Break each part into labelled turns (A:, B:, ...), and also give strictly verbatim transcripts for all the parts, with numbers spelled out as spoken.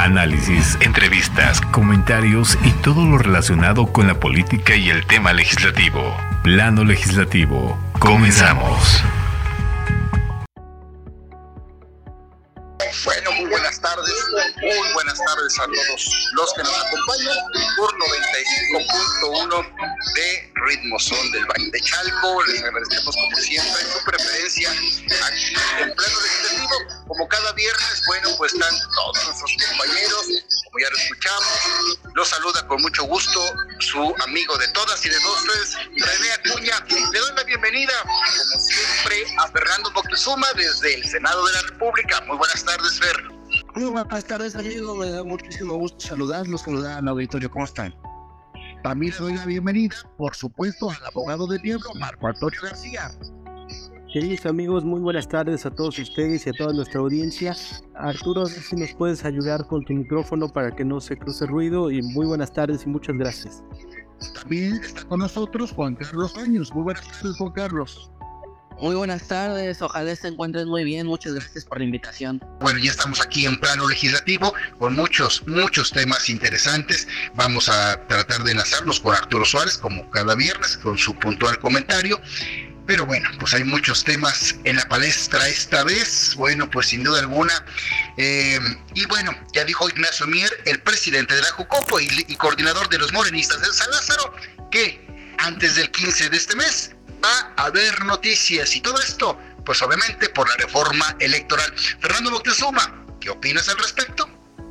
A: Análisis, entrevistas, comentarios y todo lo relacionado con la política y el tema legislativo. Plano Legislativo. Comenzamos.
B: Bueno, muy buenas tardes, muy buenas tardes a todos los que nos acompañan por noventa y cinco punto uno de Ritmo Son del Valle de Chalco. Les agradecemos como siempre su preferencia aquí en Plano Legislativo. Como cada viernes, bueno, pues están todos nuestros compañeros, como ya lo escuchamos. Los saluda con mucho gusto su amigo de todas y de todos ustedes, René Acuña. Le doy la bienvenida, como siempre, a Fernando Moctezuma desde el Senado de la República. Muy buenas tardes, Fer.
C: Muy buenas tardes, amigo. Me da muchísimo gusto saludarlos, saludar al auditorio. ¿Cómo están? También le doy la bienvenida, por supuesto, al abogado de Pueblo, Marco Antonio García.
D: Queridos amigos, muy buenas tardes a todos ustedes y a toda nuestra audiencia. Arturo, a ver si nos puedes ayudar con tu micrófono para que no se cruce ruido. Y muy buenas tardes y muchas gracias.
C: También está con nosotros Juan Carlos Baños. Muy buenas tardes, Juan Carlos.
E: Muy buenas tardes, ojalá se encuentren muy bien, muchas gracias por la invitación.
B: Bueno, ya estamos aquí en Plano Legislativo con muchos, muchos temas interesantes. Vamos a tratar de enlazarnos con Arturo Suárez, como cada viernes, con su puntual comentario. Pero bueno, pues hay muchos temas en la palestra esta vez, bueno, pues sin duda alguna. Eh, y bueno, ya dijo Ignacio Mier, el presidente de la Jucopo y, y coordinador de los morenistas de San Lázaro, que antes del quince de este mes va a haber noticias y todo esto, pues obviamente por la reforma electoral. Fernando Moctezuma, ¿qué opinas al respecto?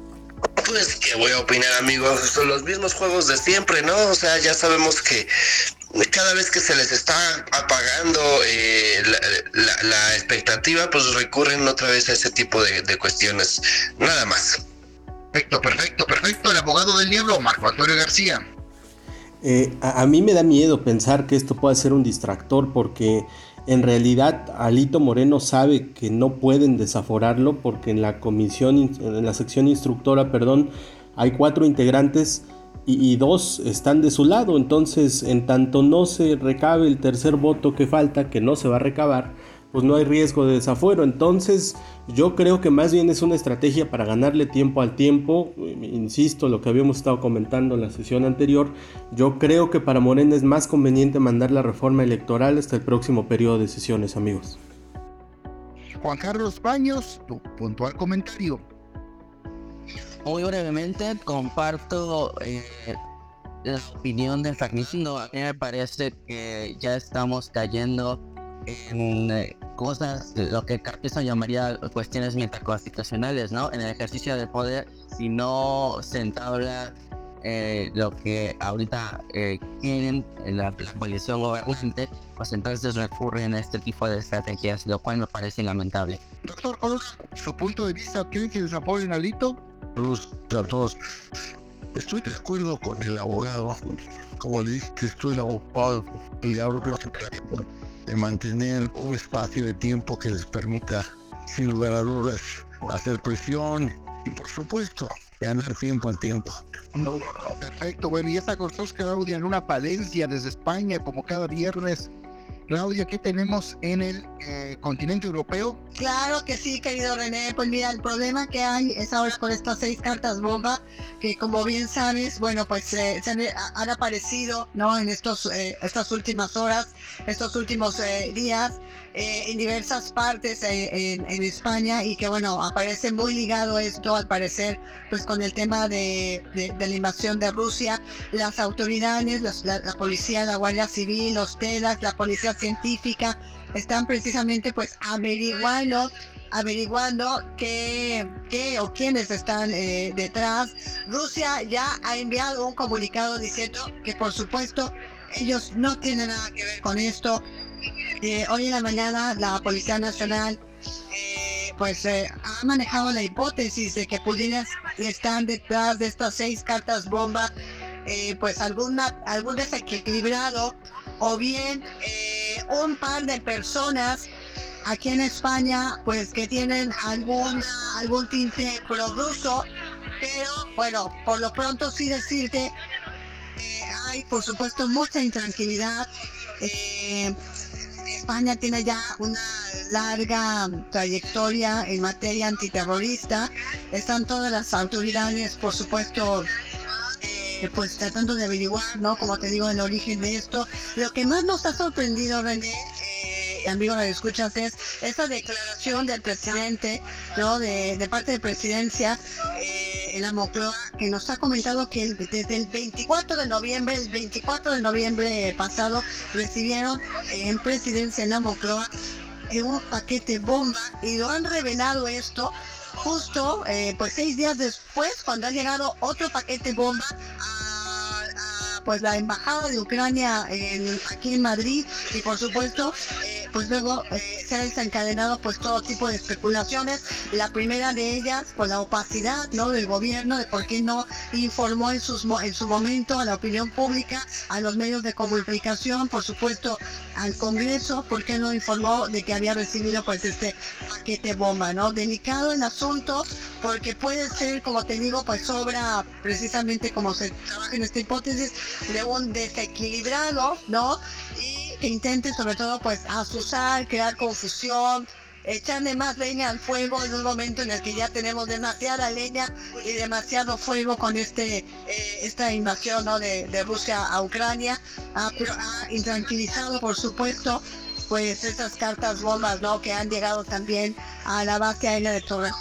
F: Pues, ¿qué voy a opinar, amigos? Son los mismos juegos de siempre, ¿no? O sea, ya sabemos que cada vez que se les está apagando eh, la, la, la expectativa, pues recurren otra vez a ese tipo de, de cuestiones, nada más.
B: Perfecto, perfecto, perfecto. El abogado del diablo, Marco Antonio García.
D: Eh, a, a mí me da miedo pensar que esto pueda ser un distractor, porque en realidad Alito Moreno sabe que no pueden desaforarlo, porque en la comisión, en la sección instructora, perdón, hay cuatro integrantes y, y dos están de su lado. Entonces, en tanto no se recabe el tercer voto que falta, que no se va a recabar, pues no hay riesgo de desafuero. Entonces yo creo que más bien es una estrategia para ganarle tiempo al tiempo. Insisto, lo que habíamos estado comentando en la sesión anterior, yo creo que para Morena es más conveniente mandar la reforma electoral hasta el próximo periodo de sesiones, amigos.
C: Juan Carlos Baños, tu puntual comentario.
E: Muy brevemente comparto eh, la opinión de Fernando. A mí me parece que ya estamos cayendo en eh, cosas, lo que Carpizo llamaría cuestiones metaconstitucionales, ¿no? En el ejercicio del poder, si no se entabla eh, lo que ahorita eh, quieren la, la coalición gobernante, pues entonces recurren a este tipo de estrategias, lo cual me parece lamentable.
C: Doctor Colón, su punto de vista, ¿creen que desapoyen a Alito?
G: Saludos a todos. Estoy de acuerdo con el abogado. Como le dije, que estoy abogado y hablo de mantener un espacio de tiempo que les permita, sin lugar a dudas, hacer presión y, por supuesto, ganar tiempo al tiempo.
C: No, perfecto, bueno, y está con nosotros Claudia en una Palencia desde España, como cada viernes. Claudia, ¿qué tenemos en el eh, continente europeo?
H: Claro que sí, querido René. Pues mira, el problema que hay es ahora con estas seis cartas bomba, que como bien sabes, bueno, pues eh, se han, han aparecido, ¿no? En estos eh, estas últimas horas, estos últimos eh, días, eh, en diversas partes eh, en, en España, y que bueno, aparece muy ligado esto, al parecer, pues con el tema de, de, de la invasión de Rusia. Las autoridades, las, la, la policía, la Guardia Civil, los TEDx, la policía científica, están precisamente pues averiguando averiguando qué, qué o quiénes están eh, detrás. Rusia ya ha enviado un comunicado diciendo que por supuesto ellos no tienen nada que ver con esto. Eh, hoy en la mañana la Policía Nacional eh, pues eh, ha manejado la hipótesis de que pudieran estar detrás de estas seis cartas bomba, eh, pues alguna, algún desequilibrado, o bien eh, un par de personas aquí en España pues que tienen algún, algún tinte prorruso. Pero bueno, por lo pronto sí decirte que hay por supuesto mucha intranquilidad. Eh, España tiene ya una larga trayectoria en materia antiterrorista. Están todas las autoridades, por supuesto, eh, pues tratando de averiguar, ¿no? Como te digo, el origen de esto. Lo que más nos ha sorprendido, René, eh, amigo, que escuchas, es esa declaración del presidente, ¿no? De, de parte de presidencia, eh, en la Moncloa, que nos ha comentado que el, desde el veinticuatro de noviembre, el veinticuatro de noviembre pasado, recibieron eh, en presidencia en la Moncloa eh, un paquete bomba, y lo han revelado esto justo eh, pues seis días después, cuando ha llegado otro paquete bomba a, a pues la embajada de Ucrania en, aquí en Madrid, y por supuesto eh, pues luego eh, se ha desencadenado pues todo tipo de especulaciones. La primera de ellas, pues la opacidad, ¿no?, del gobierno, de por qué no informó en, sus, en su momento a la opinión pública, a los medios de comunicación, por supuesto al Congreso, por qué no informó de que había recibido pues este paquete bomba, ¿no? Delicado el asunto, porque puede ser, como te digo, pues obra, precisamente como se trabaja en esta hipótesis, de un desequilibrado, ¿no? Y que intente sobre todo pues asusar, crear confusión, echarle más leña al fuego en un momento en el que ya tenemos demasiada leña y demasiado fuego con este eh, esta invasión, ¿no?, de, de Rusia a Ucrania. Ha, ha intranquilizado, por supuesto, pues esas cartas bombas, ¿no?, que han llegado también a la base aérea de Torreón.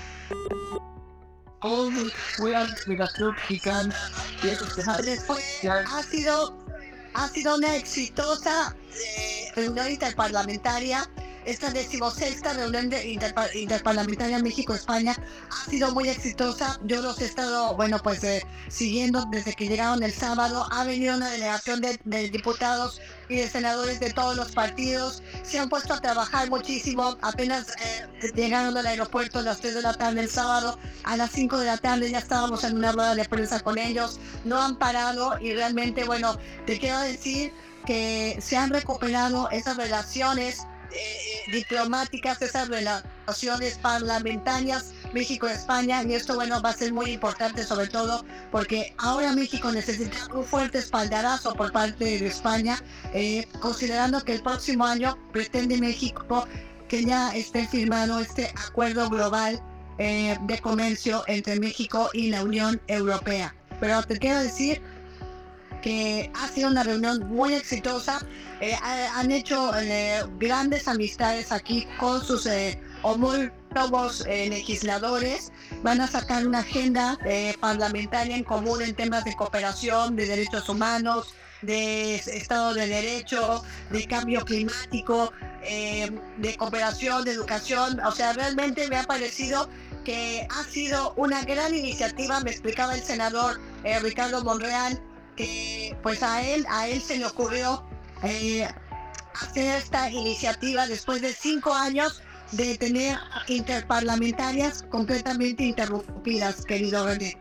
H: Después ha sido ha sido una exitosa eh, reunión interparlamentaria. Esta decimosexta reunión de interpa interparlamentaria México-España ha sido muy exitosa. Yo los he estado, bueno, pues eh, siguiendo desde que llegaron el sábado. Ha venido una delegación de, de diputados y de senadores de todos los partidos. Se han puesto a trabajar muchísimo. Apenas eh, llegaron al aeropuerto a las tres de la tarde el sábado. A las cinco de la tarde ya estábamos en una rueda de prensa con ellos. No han parado, y realmente, bueno, te quiero decir que se han recuperado esas relaciones Eh, diplomáticas, esas relaciones parlamentarias México-España, y esto, bueno, va a ser muy importante, sobre todo porque ahora México necesita un fuerte espaldarazo por parte de España, eh, considerando que el próximo año pretende México que ya esté firmado este acuerdo global eh, de comercio entre México y la Unión Europea. Pero te quiero decir que ha sido una reunión muy exitosa. Eh, han hecho eh, grandes amistades aquí con sus eh, homólogos eh, legisladores. Van a sacar una agenda eh, parlamentaria en común en temas de cooperación, de derechos humanos, de Estado de Derecho, de cambio climático, eh, de cooperación, de educación. O sea, realmente me ha parecido que ha sido una gran iniciativa. Me explicaba el senador eh, Ricardo Monreal que pues a él, a él se le ocurrió eh, hacer esta iniciativa después de cinco años de tener interparlamentarias completamente interrumpidas, querido René.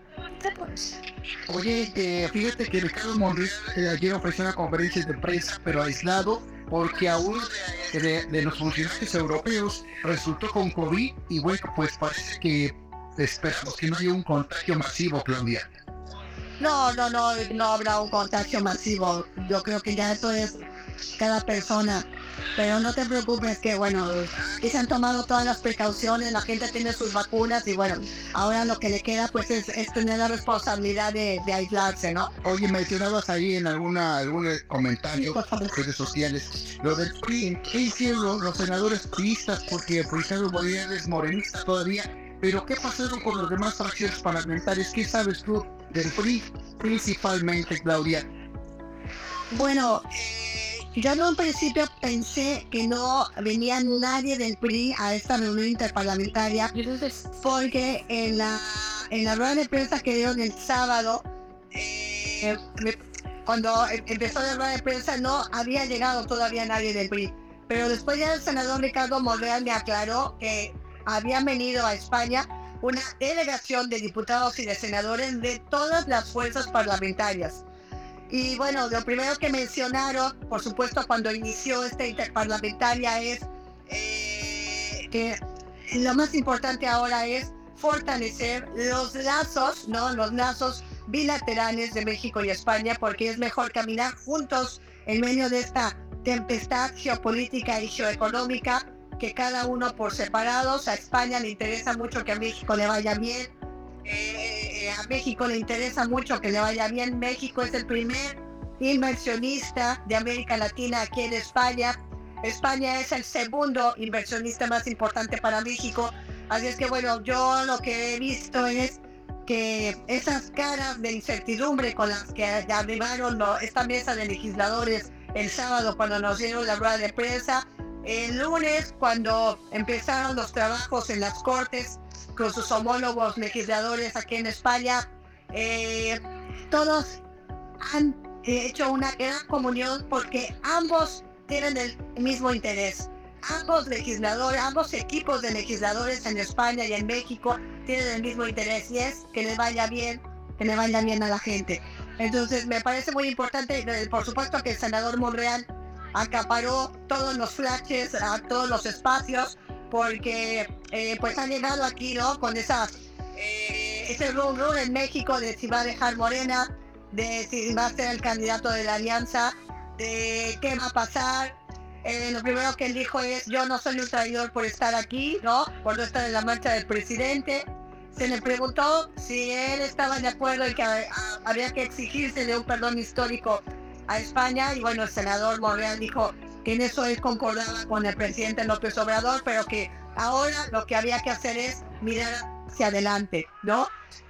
C: Oye, eh, fíjate que Ricardo Monreal eh, ayer ofreció una conferencia de prensa, pero aislado, porque a uno de, de, de los funcionarios europeos resultó con COVID, y bueno, pues parece que esperamos que no haya un contagio masivo, Claudia.
H: No, no, no, no habrá un contagio masivo. Yo creo que ya eso es cada persona. Pero no te preocupes, que bueno, que se han tomado todas las precauciones, la gente tiene sus vacunas, y bueno, ahora lo que le queda pues es, es tener la responsabilidad de, de aislarse, ¿no?
C: Oye, mencionabas ahí en alguna algún comentario en redes sociales lo del P R I. ¿Qué hicieron los senadores priistas? Porque Ricardo Monreal es morenista todavía. Pero ¿qué pasaron con los demás fracciones parlamentarias? ¿Qué sabes tú del P R I principalmente, Claudia?
H: Bueno, eh, yo en un principio pensé que no venía nadie del P R I a esta reunión interparlamentaria, porque en la, en la rueda de prensa que dieron el sábado, eh, me, cuando empezó la rueda de prensa no había llegado todavía nadie del P R I. Pero después ya el senador Ricardo Monreal me aclaró que habían venido a España una delegación de diputados y de senadores de todas las fuerzas parlamentarias. Y bueno, lo primero que mencionaron, por supuesto, cuando inició esta interparlamentaria es eh, que lo más importante ahora es fortalecer los lazos, ¿no? Los lazos bilaterales de México y España, porque es mejor caminar juntos en medio de esta tempestad geopolítica y geoeconómica, que cada uno por separados. A España le interesa mucho que a México le vaya bien, eh, a México le interesa mucho que le vaya bien. México es el primer inversionista de América Latina aquí en España. España es el segundo inversionista más importante para México. Así es que bueno, yo lo que he visto es que esas caras de incertidumbre con las que arribaron lo, esta mesa de legisladores el sábado cuando nos dieron la rueda de prensa, el lunes cuando empezaron los trabajos en las cortes con sus homólogos legisladores aquí en España, eh, todos han hecho una gran comunión porque ambos tienen el mismo interés. Ambos legisladores, ambos equipos de legisladores en España y en México tienen el mismo interés, y es que le vaya bien, que le vaya bien a la gente. Entonces me parece muy importante, por supuesto que el senador Monreal acaparó todos los flashes, a todos los espacios, porque eh, pues ha llegado aquí, ¿no? Con esa, eh, ese rum rum en México de si va a dejar Morena, de si va a ser el candidato de la alianza, de qué va a pasar. Eh, lo primero que él dijo es: yo no soy un traidor por estar aquí, ¿no? Por no estar en la marcha del presidente. Se le preguntó si él estaba de acuerdo en que a, a, había que exigirse un perdón histórico a España, y bueno, el senador Monreal dijo que en eso él concordaba con el presidente López Obrador, pero que ahora lo que había que hacer es mirar hacia adelante, ¿no?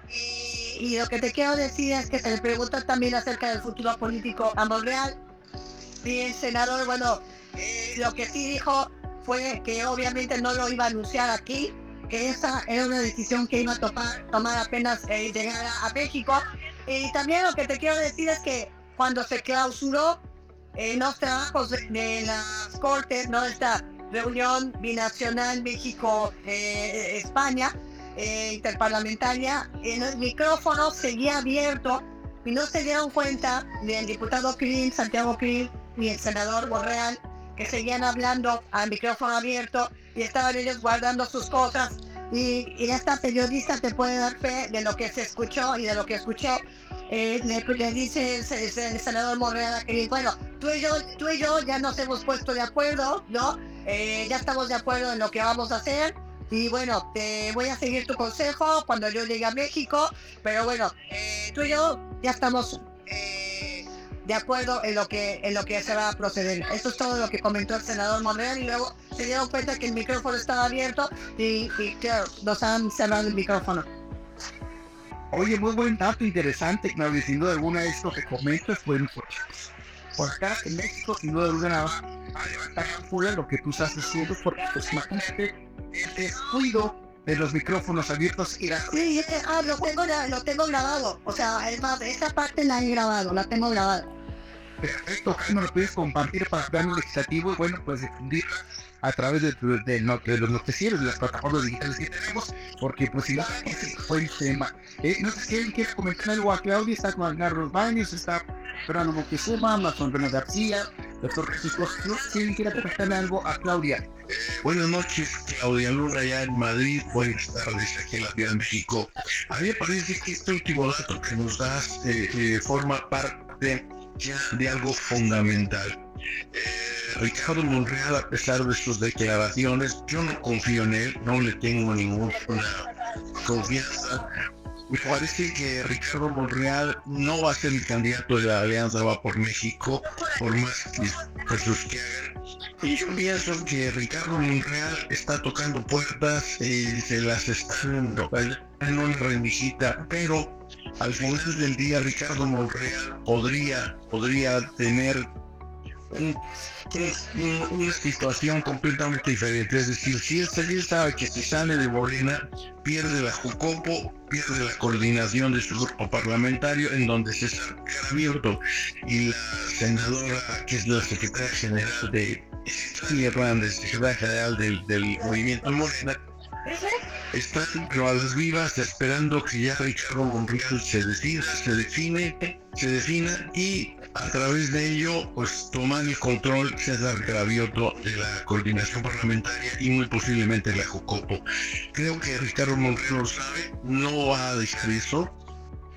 H: Y, y lo que te quiero decir es que se le preguntó también acerca del futuro político a Monreal, y el senador, bueno, eh, lo que sí dijo fue que obviamente no lo iba a anunciar aquí, que esa era una decisión que iba a tomar, tomar apenas eh, llegara a México. Y también lo que te quiero decir es que cuando se clausuró eh, los trabajos de, de las cortes, ¿no? Esta reunión binacional México-España, eh, eh, interparlamentaria, el micrófono seguía abierto y no se dieron cuenta del diputado Krill, Santiago Krill, ni el senador Monreal, que seguían hablando al micrófono abierto y estaban ellos guardando sus cosas. Y, y esta periodista te puede dar fe de lo que se escuchó y de lo que escuchó. Eh, le, le dice el, el, el senador Monreal que, bueno, tú y, yo, tú y yo ya nos hemos puesto de acuerdo, ¿no? Eh, ya estamos de acuerdo en lo que vamos a hacer. Y bueno, te voy a seguir tu consejo cuando yo llegue a México. Pero bueno, eh, tú y yo ya estamos eh, de acuerdo en lo que en lo que se va a proceder. Eso es todo lo que comentó el senador Monreal, y luego se dieron cuenta que el micrófono estaba abierto y, y claro, nos han cerrado el micrófono.
C: Oye, muy buen dato, interesante, claro, y sin duda alguna esto que comentas, bueno, por, por acá en México sin duda alguna va a levantar fuera lo que tú estás diciendo, porque pues imagínate el descuido de los micrófonos abiertos y la...
H: Sí, ah, lo tengo, lo tengo grabado, o sea, es más, esa parte la he grabado, la tengo grabada.
C: Perfecto, que no lo puedes compartir para el plano legislativo y bueno, pues difundirla a través de, de, de, de los noticieros, de las plataformas digitales que tenemos, porque pues si no, ese fue el tema. Eh, no sé si alguien quiere comentar algo a Claudia, está con Carlos Baños, está Fernando Moctezuma, Mazón René García, doctor Jesús Costas. No sé si alguien quiere comentar algo a Claudia.
G: Buenas noches, Claudia Luna, allá en Madrid. Buenas tardes, aquí en la Ciudad de México. A mí me parece que este último dato que nos das eh, eh, forma parte ya de algo fundamental. Eh, Ricardo Monreal, a pesar de sus declaraciones, yo no confío en él, no le tengo ninguna confianza. Me parece que Ricardo Monreal no va a ser el candidato de la Alianza Va por México, por más esfuerzos que hagan. Y yo pienso que Ricardo Monreal está tocando puertas y se las están tocando en una rendijita, pero al final del día Ricardo Monreal podría, podría tener un, un, una situación completamente diferente. Es decir, si él, él sabe que si sale de Morena, pierde la Jucopo, pierde la coordinación de su grupo parlamentario, en donde César Abierto y la senadora, que es la secretaria general de Italia Hernández, secretaria general del, del movimiento Morena, están pero a las vivas esperando que ya Ricardo Monreal se decida, se define, se defina y a través de ello pues tomar el control César Garavioto de la coordinación parlamentaria y muy posiblemente la Jucopo. Creo que Ricardo Monreal lo sabe, no va a dejar eso.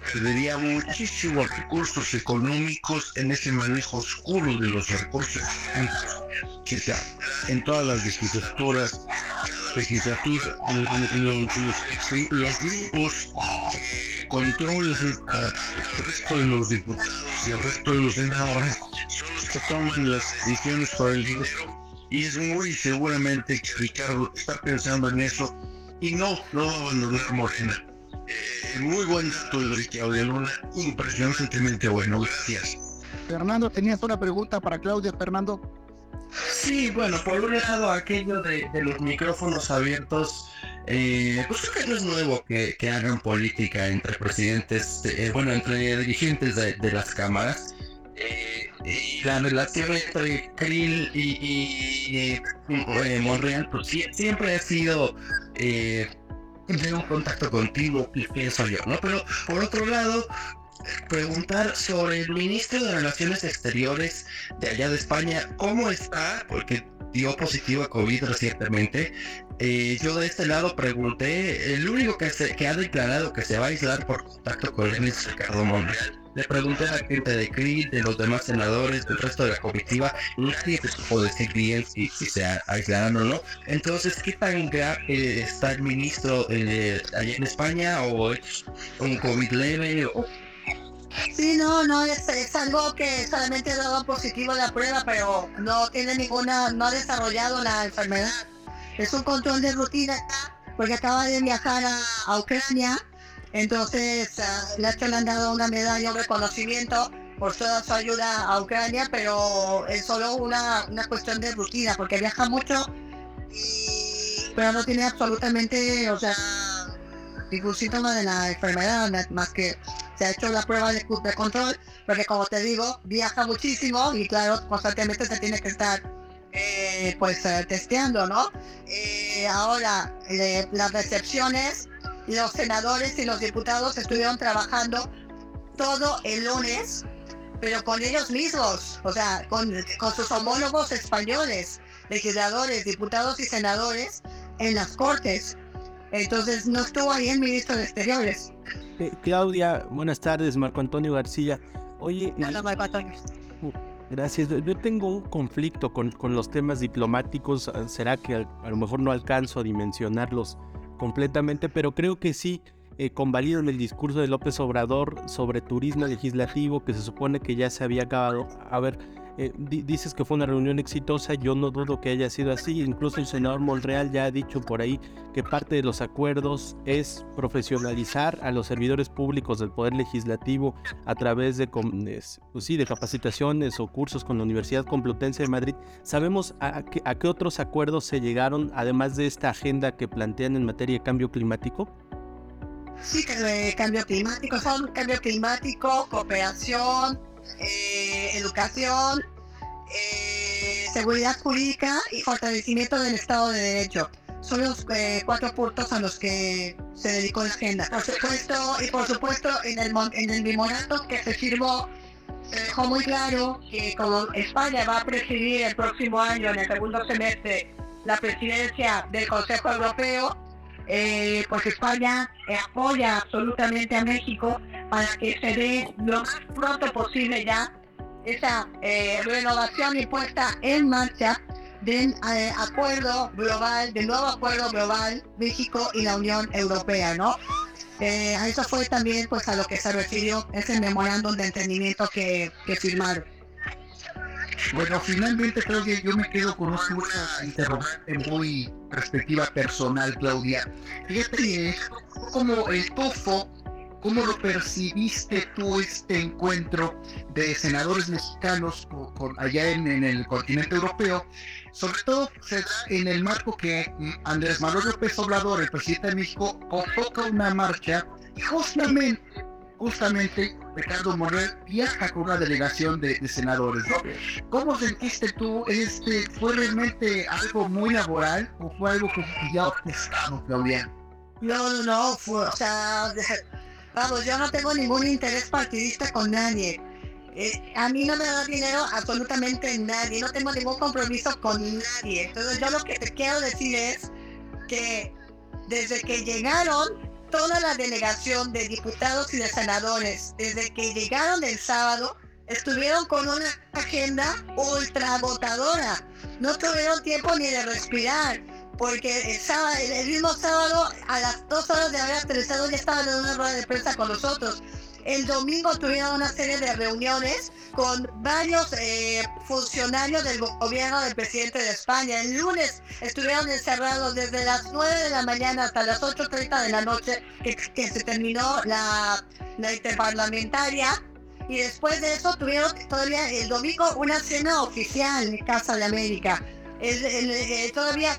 G: perdería muchísimos recursos económicos en ese manejo oscuro de los recursos que se en todas las legislaturas, legislaturas, en, en, en los, los, los grupos que controlan el resto de los diputados y el resto de los senadores son los que toman las decisiones por el dinero. Y es muy seguramente que Ricardo está pensando en eso y no, no va a abandonar Morena. Eh, muy buen dato de Claudia Luna, impresionantemente bueno, gracias.
C: Fernando, tenías una pregunta para Claudia, Fernando.
I: Sí, bueno, por un lado aquello de, de los micrófonos abiertos, eh, pues creo que no es nuevo que, que hagan política entre presidentes, eh, bueno, entre dirigentes de, de las cámaras. Eh, y la relación entre Krill y, y, y eh, Monreal pues sí, siempre ha sido eh, de un contacto contigo, pienso yo, ¿no? Pero por otro lado, preguntar sobre el ministro de Relaciones Exteriores de allá de España, ¿cómo está? Porque dio positivo a COVID recientemente. Eh, yo de este lado pregunté, el único que, se, que ha declarado que se va a aislar por contacto con él es Ricardo Monreal. Le pregunté a la gente de Krill, de los demás senadores, del resto de la comitiva, nadie se supo decir bien si, si se aislarán o no. Entonces, ¿qué tan grave eh, está el ministro eh, allá en España? ¿O es un COVID leve? O...
H: Sí, no, no, es, es algo que solamente ha dado positivo la prueba, pero no tiene ninguna, no ha desarrollado la enfermedad. Es un control de rutina, porque acaba de viajar a, a Ucrania. Entonces, uh, le han dado una medalla, un reconocimiento por toda su ayuda a Ucrania, pero es solo una, una cuestión de rutina, porque viaja mucho, y, pero no tiene absolutamente, o sea, ningún síntoma de la enfermedad, más que se ha hecho la prueba de, de control, porque como te digo, viaja muchísimo y claro, constantemente se tiene que estar eh, pues eh, testeando, ¿no? Eh, ahora, eh, las recepciones, los senadores y los diputados estuvieron trabajando todo el lunes, pero con ellos mismos, o sea, con, con sus homólogos españoles, legisladores, diputados y senadores en las cortes. Entonces no estuvo ahí el ministro de Exteriores.
D: Eh, Claudia, buenas tardes, Marco Antonio García. Oye,
H: Hola, Marco Antonio.
D: Uh, gracias. Yo tengo un conflicto con, con los temas diplomáticos. Será que a, a lo mejor no alcanzo a dimensionarlos completamente, pero creo que sí eh, convalidan el discurso de López Obrador sobre turismo legislativo que se supone que ya se había acabado. A ver, eh, di- dices que fue una reunión exitosa, yo no dudo que haya sido así. Incluso el senador Monreal ya ha dicho por ahí que parte de los acuerdos es profesionalizar a los servidores públicos del Poder Legislativo a través de, pues sí, de capacitaciones o cursos con la Universidad Complutense de Madrid. ¿Sabemos a qué, a qué otros acuerdos se llegaron, además de esta agenda que plantean en materia de cambio climático?
H: Sí, que de cambio climático, son cambio climático, cooperación, eh, educación, eh, seguridad jurídica y fortalecimiento del Estado de Derecho. Son los eh, cuatro puntos a los que se dedicó la agenda. Por supuesto, y por supuesto, en el, en el memorándum que se firmó, se dejó muy claro que como España va a presidir el próximo año, en el segundo semestre, la presidencia del Consejo Europeo, eh, pues España eh, apoya absolutamente a México para que se dé lo más pronto posible ya esa eh, renovación y puesta en marcha del eh, acuerdo global, del nuevo acuerdo global México y la Unión Europea, ¿no? Eh, a eso fue también pues a lo que se refirió ese memorándum de entendimiento que, que firmaron.
C: Bueno, finalmente creo que yo me quedo con una interrogante muy perspectiva personal, Claudia. Fíjate, como el T O F O, ¿cómo lo percibiste tú este encuentro de senadores mexicanos con, con, allá en, en el continente europeo? Sobre todo se da en el marco que Andrés Manuel López Obrador, el presidente de México, convoca una marcha y justamente, justamente Ricardo Monreal viaja con una delegación de, de senadores, ¿no? ¿Cómo sentiste tú? Este, ¿Fue realmente algo muy laboral o fue algo que ya orquestado, Claudia?
H: No, no, no, fue, o sea, vamos, yo no tengo ningún interés partidista con nadie. Eh, a mí no me da dinero absolutamente nadie, no tengo ningún compromiso con nadie. Entonces yo lo que te quiero decir es que desde que llegaron, toda la delegación de diputados y de senadores, desde que llegaron el sábado, estuvieron con una agenda ultra agotadora. No tuvieron tiempo ni de respirar, porque el, sábado, el mismo sábado, a las dos horas de haber aterrizado, ya estaban en una rueda de prensa con nosotros. El domingo tuvieron una serie de reuniones con varios eh, funcionarios del gobierno del presidente de España. El lunes estuvieron encerrados desde las nueve de la mañana hasta las ocho treinta de la noche, que, que se terminó la, la interparlamentaria. Y después de eso tuvieron todavía el domingo una cena oficial en Casa de América. El, el, el, todavía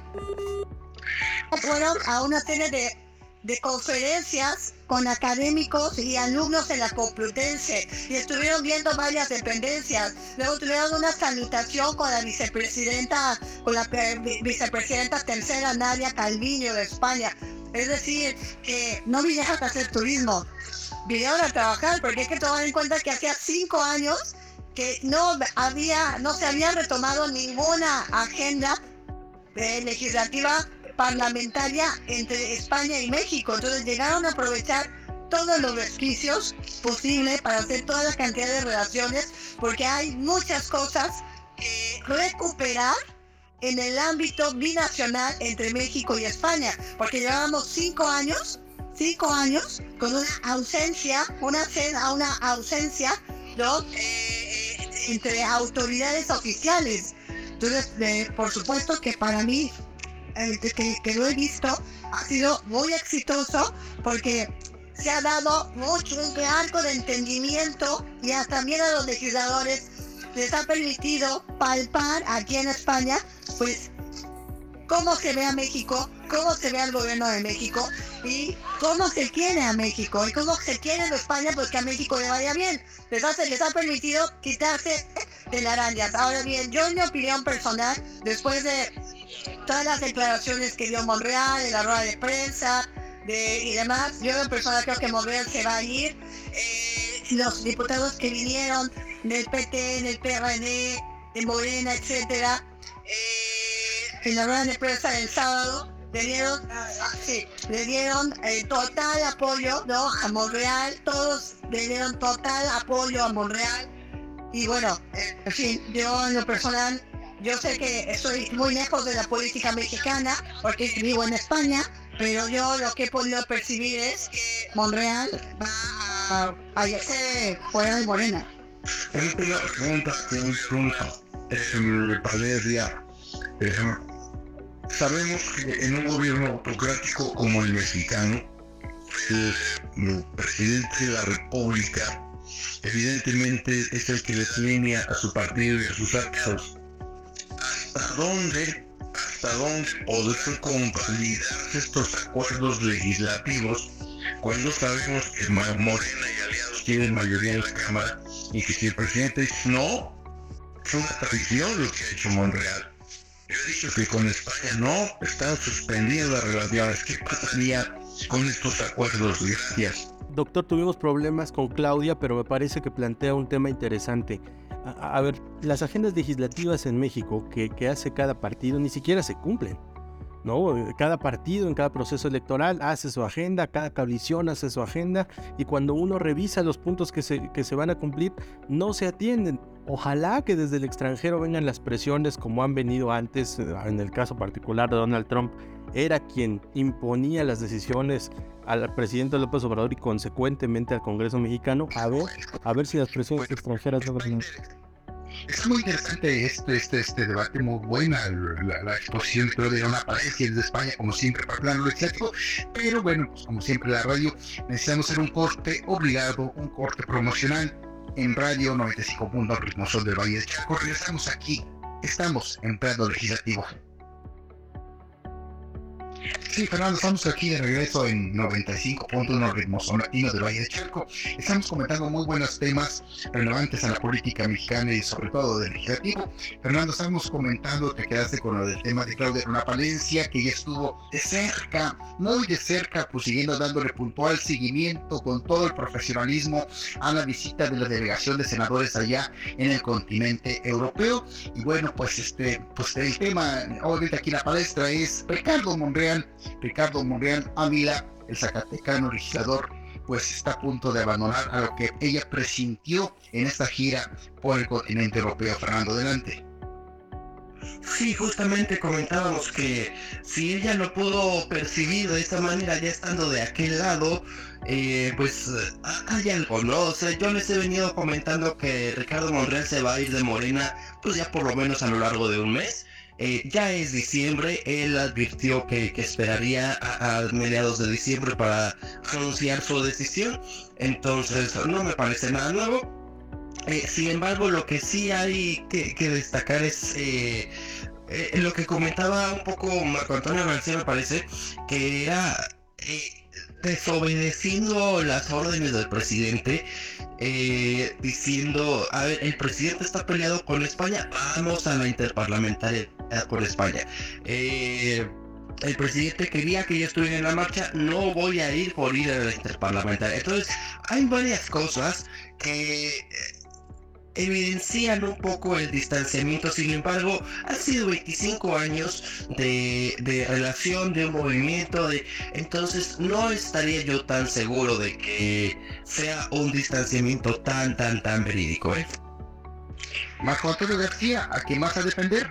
H: fueron a una serie de, de conferencias con académicos y alumnos de la Complutense y estuvieron viendo varias dependencias. Luego tuvieron una salutación con la vicepresidenta, con la vicepresidenta tercera Nadia Calviño de España. Es decir, que no vinieron a hacer turismo, vinieron a trabajar, porque hay que tomar en cuenta que hacía cinco años que no había, no se había retomado ninguna agenda eh, legislativa parlamentaria entre España y México. Entonces llegaron a aprovechar todos los resquicios posibles para hacer toda la cantidad de relaciones, porque hay muchas cosas que recuperar en el ámbito binacional entre México y España, porque llevábamos cinco años, cinco años con una ausencia, una, una ausencia, ¿no? eh, entre autoridades oficiales. Entonces, eh, por supuesto que para mí, eh, que, que lo he visto, ha sido muy exitoso, porque se ha dado mucho un arco de entendimiento, y hasta también a los legisladores les ha permitido palpar aquí en España, pues, cómo se ve a México, cómo se ve al gobierno de México, y cómo se quiere a México, y cómo se quiere a España, pues que a México le vaya bien. Les ha, les ha permitido quitarse telarañas. Ahora bien, yo en mi opinión personal, después de todas las declaraciones que dio Monreal, de la rueda de prensa, de, y demás, yo en persona creo que Monreal se va a ir. Eh, los diputados que vinieron del P T, del P R D, de Morena, etcétera, eh, en la rueda de prensa del sábado le dieron, uh, sí, le dieron eh, total apoyo, ¿no?, a Monreal. Todos le dieron total apoyo a Monreal. Y bueno, eh, en fin, yo en lo personal, yo sé que estoy muy lejos de la política mexicana, porque vivo en España, pero yo lo que he podido percibir es que Monreal va a, a irse fuera de Morena.
G: Esta es la pregunta que me pregunto, eh, Valeria. Eh, sabemos que en un gobierno autocrático como el mexicano, el, el presidente de la República evidentemente es el que delinea a su partido y a sus actos. ¿Hasta dónde, hasta dónde podrán convalidar estos acuerdos legislativos cuando sabemos que Morena y aliados tienen mayoría en la Cámara, y que si el presidente dice no, es una traición lo que ha hecho Monreal? Yo he dicho que con España no, están suspendidas las relaciones. ¿Qué pasaría con estos acuerdos? Gracias.
D: Doctor, tuvimos problemas con Claudia, pero me parece que plantea un tema interesante. A, a ver, las agendas legislativas en México que, que hace cada partido ni siquiera se cumplen, ¿no? Cada partido en cada proceso electoral hace su agenda, cada coalición hace su agenda, y cuando uno revisa los puntos que se, que se van a cumplir, no se atienden. Ojalá que desde el extranjero vengan las presiones como han venido antes. En el caso particular de Donald Trump, era quien imponía las decisiones al presidente López Obrador y consecuentemente al Congreso mexicano. A ver, a ver si las presiones extranjeras logran.
C: Es muy interesante este, este, este debate, muy buena la, la exposición, creo, de una Palencia de España, como siempre, para plano legislativo. Pero bueno, pues como siempre la radio, necesitamos hacer un corte obligado, un corte promocional en Radio noventa y cinco punto uno Ritmo Sol del Valle de Chalco. Regresamos aquí, estamos en plano legislativo. Sí, Fernando, estamos aquí de regreso en noventa y cinco punto uno Ritmo Sol Latino del Valle de Chalco. Estamos comentando muy buenos temas relevantes a la política mexicana y sobre todo del legislativo. Fernando, estamos comentando, te quedaste con lo del tema de Claudia Luna Palencia, que ya estuvo de cerca, muy de cerca, pues siguiendo dándole puntual seguimiento con todo el profesionalismo a la visita de la delegación de senadores allá en el continente europeo. Y bueno, pues este, pues el tema, obviamente aquí la palestra es Ricardo Monreal, Ricardo Monreal Ávila, el zacatecano legislador pues está a punto de abandonar a lo que ella presintió en esta gira por el continente europeo. Fernando, adelante.
I: Sí, justamente comentábamos que si ella lo pudo percibir de esta manera ya estando de aquel lado, eh, pues hay algo, ¿no? O sea, yo les he venido comentando que Ricardo Monreal se va a ir de Morena, pues ya por lo menos a lo largo de un mes. Eh, ya es diciembre, él advirtió que, que esperaría a, a mediados de diciembre para anunciar su decisión, entonces no me parece nada nuevo. Eh, sin embargo, lo que sí hay que, que destacar es eh, eh, lo que comentaba un poco Marco Antonio García, me parece, que era eh, desobedeciendo las órdenes del presidente, eh, diciendo, a ver, el presidente está peleado con España, vamos a la interparlamentaria con España. Eh, el presidente quería que yo estuviera en la marcha, no voy a ir por ir a la interparlamentaria. Entonces, hay varias cosas que evidencian un poco el distanciamiento. Sin embargo, ha sido veinticinco años de, de relación, de un movimiento, de entonces no estaría yo tan seguro de que sea un distanciamiento tan, tan, tan verídico, ¿eh?
C: Marco Antonio García, ¿a quién vas a defender?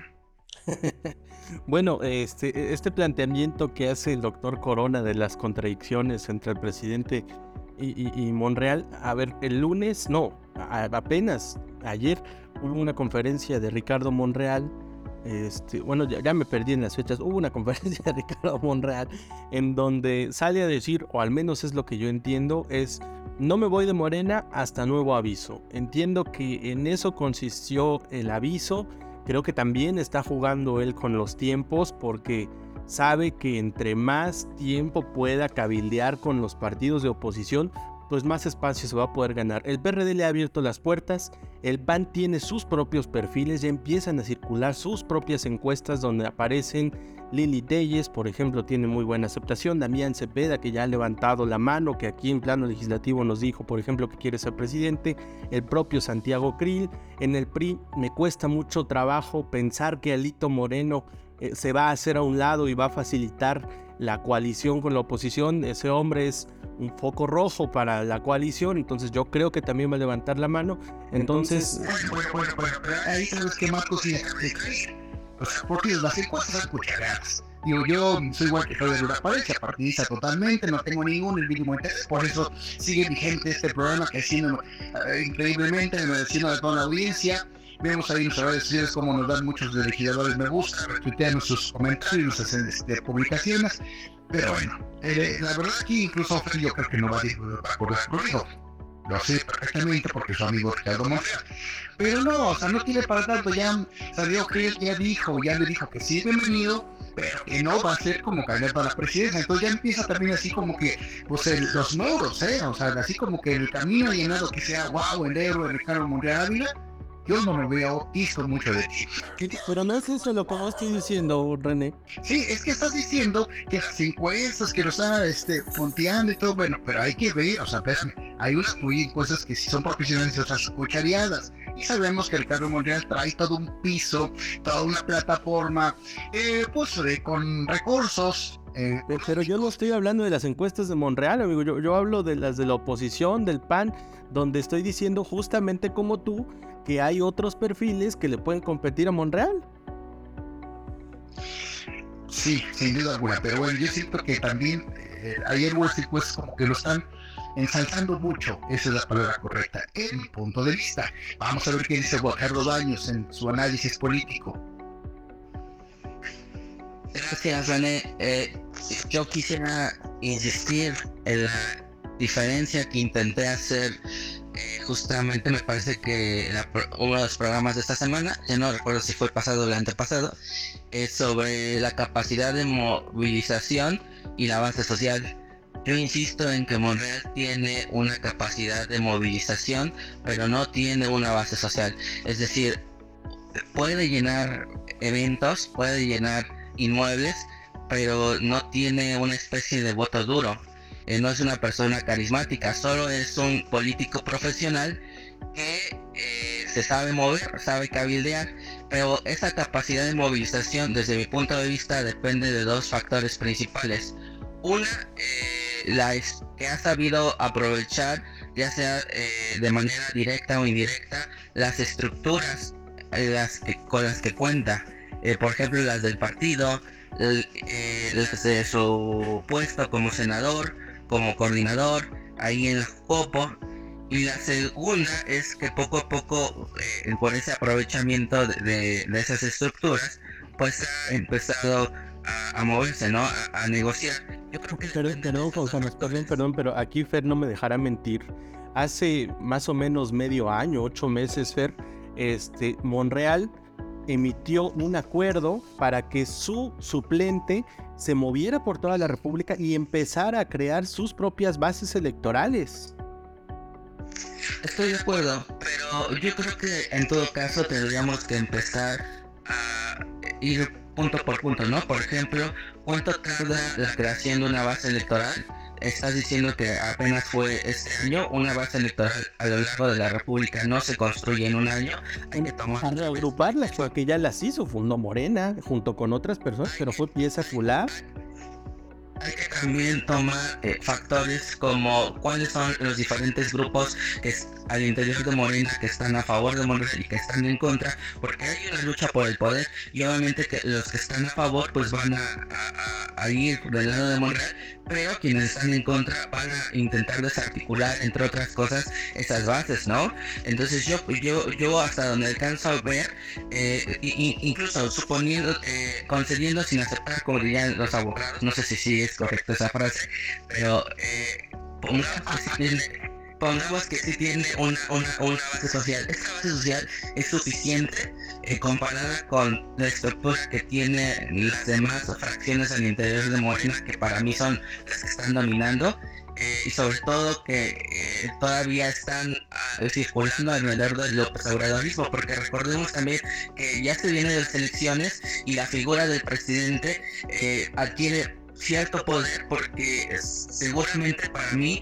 D: Bueno, este, este planteamiento que hace el doctor Corona de las contradicciones entre el presidente y, y, y Monreal, a ver, el lunes, no, a, apenas ayer hubo una conferencia de Ricardo Monreal, este, bueno, ya, ya me perdí en las fechas, hubo una conferencia de Ricardo Monreal en donde sale a decir, o al menos es lo que yo entiendo, es no me voy de Morena hasta nuevo aviso. Entiendo que en eso consistió el aviso. Creo que también está jugando él con los tiempos porque sabe que entre más tiempo pueda cabildear con los partidos de oposición, pues más espacio se va a poder ganar. El P R D le ha abierto las puertas, el P A N tiene sus propios perfiles, ya empiezan a circular sus propias encuestas donde aparecen Lili Telles, por ejemplo, tiene muy buena aceptación, Damián Cepeda, que ya ha levantado la mano, que aquí en plano legislativo nos dijo, por ejemplo, que quiere ser presidente, el propio Santiago Krill. En el P R I me cuesta mucho trabajo pensar que Alito Moreno eh, se va a hacer a un lado y va a facilitar la coalición con la oposición. Ese hombre es un foco rojo para la coalición, entonces yo creo que también va a levantar la mano. Entonces,
C: entonces bueno, bueno, bueno, bueno, ahí sabes que Marcos sí deja de caer. O sea, porque las encuestas son cucharadas. Digo, yo soy igual que Javier Uraparecia, partidista totalmente, no tengo ningún el mínimo interés, por eso sigue vigente este programa que siendo uh, increíblemente agradeciendo a toda la audiencia. Vemos ahí en nuestras redes sociales cómo nos dan muchos de legisladores me gusta, retuitean nuestros comentarios, nos hacen este, publicaciones, pero bueno, eh, la verdad aquí incluso yo creo que no va a acordar conmigo. Lo sé perfectamente porque su amigo Ricardo Monreal. Pero no, o sea, no tiene para tanto. Ya salió que él ya dijo, ya le dijo que sí, bienvenido, pero que no va a ser como candidato a la presidencia. Entonces ya empieza también así como que, pues el, los logros, ¿eh? O sea, así como que el camino llenado que sea, wow, el héroe de Ricardo Monreal Ávila. Yo no me veo visto mucho de ti.
D: Pero no es eso lo que vos estoy diciendo, René.
C: Sí, es que estás diciendo que las encuestas, que lo están este, punteando y todo, bueno, pero hay que ver, o sea, espérame, hay unas muy encuestas que sí son profesionales y otras cuchareadas. Y sabemos que Ricardo Monreal trae todo un piso, toda una plataforma, eh, pues de, con recursos. Eh,
D: pero yo no estoy hablando de las encuestas de Monreal, amigo. Yo, yo hablo de las de la oposición, del P A N, donde estoy diciendo justamente como tú que hay otros perfiles que le pueden competir a Monreal.
C: Sí, sin duda alguna, pero bueno, yo siento que también eh, ayer pues como que lo están ensalzando mucho, esa es la palabra correcta, en mi punto de vista. Vamos a ver qué dice Juan Carlos Baños en su análisis político.
E: Gracias, René. Eh, yo quisiera insistir en la diferencia que intenté hacer. Eh, justamente me parece que la, uno de los programas de esta semana, ya no recuerdo si fue pasado o el antepasado, es sobre la capacidad de movilización y la base social. Yo insisto en que Monreal tiene una capacidad de movilización, pero no tiene una base social. Es decir, puede llenar eventos, puede llenar inmuebles, pero no tiene una especie de voto duro. Eh, no es una persona carismática, solo es un político profesional que eh, se sabe mover, sabe cabildear, pero esa capacidad de movilización desde mi punto de vista depende de dos factores principales. Una, eh, la es- que ha sabido aprovechar, ya sea eh, de manera directa o indirecta, las estructuras eh, las que- con las que cuenta. Eh, por ejemplo, las del partido, el- eh, las de su puesto como senador, como coordinador, ahí en la Copo. Y la segunda es que poco a poco, eh, por ese aprovechamiento de, de- de esas estructuras, pues ha empezado a, a moverse, ¿no? A, a negociar. Yo creo que
D: Perdón, perdón, Juan Carlos, perdón, perdón, pero aquí Fer no me dejará mentir. Hace más o menos medio año, ocho meses, Fer, este, Monreal emitió un acuerdo para que su suplente se moviera por toda la República y empezara a crear sus propias bases electorales.
E: Estoy de acuerdo, pero yo creo que en todo caso tendríamos que empezar a ir punto por punto, ¿no? Por ejemplo, ¿cuánto tarda la creación de una base electoral? Estás diciendo que apenas fue este año. Una base electoral a lo largo de la República no se construye en un año. Hay que tomar...
D: A reagruparlas, porque ya las hizo, fundó Morena junto con otras personas, pero fue pieza fular.
E: Hay que también tomar eh, factores como cuáles son los diferentes grupos que es, al interior de Morena que están a favor de Morena y que están en contra, porque hay una lucha por el poder y obviamente que los que están a favor pues van a, a, a ir del lado de Morena, pero quienes están en contra van a intentar desarticular, entre otras cosas, esas bases, ¿no? Entonces yo yo yo hasta donde alcanzo a ver, eh, i- incluso suponiendo, eh, concediendo sin aceptar, como dirían los abogados, no sé si sí es correcta esa frase, pero eh, pongamos que sí tiene, pongamos que sí tiene una, una, una base social. Esta base social es suficiente eh, comparada con la estructura que tiene las demás fracciones al interior de Morena, que para mí son las que están dominando. Eh, y sobre todo que eh, todavía están uh, circulando alrededor del López Obradorismo, porque recordemos también que ya se vienen las elecciones y la figura del presidente eh, adquiere cierto poder, porque seguramente para mí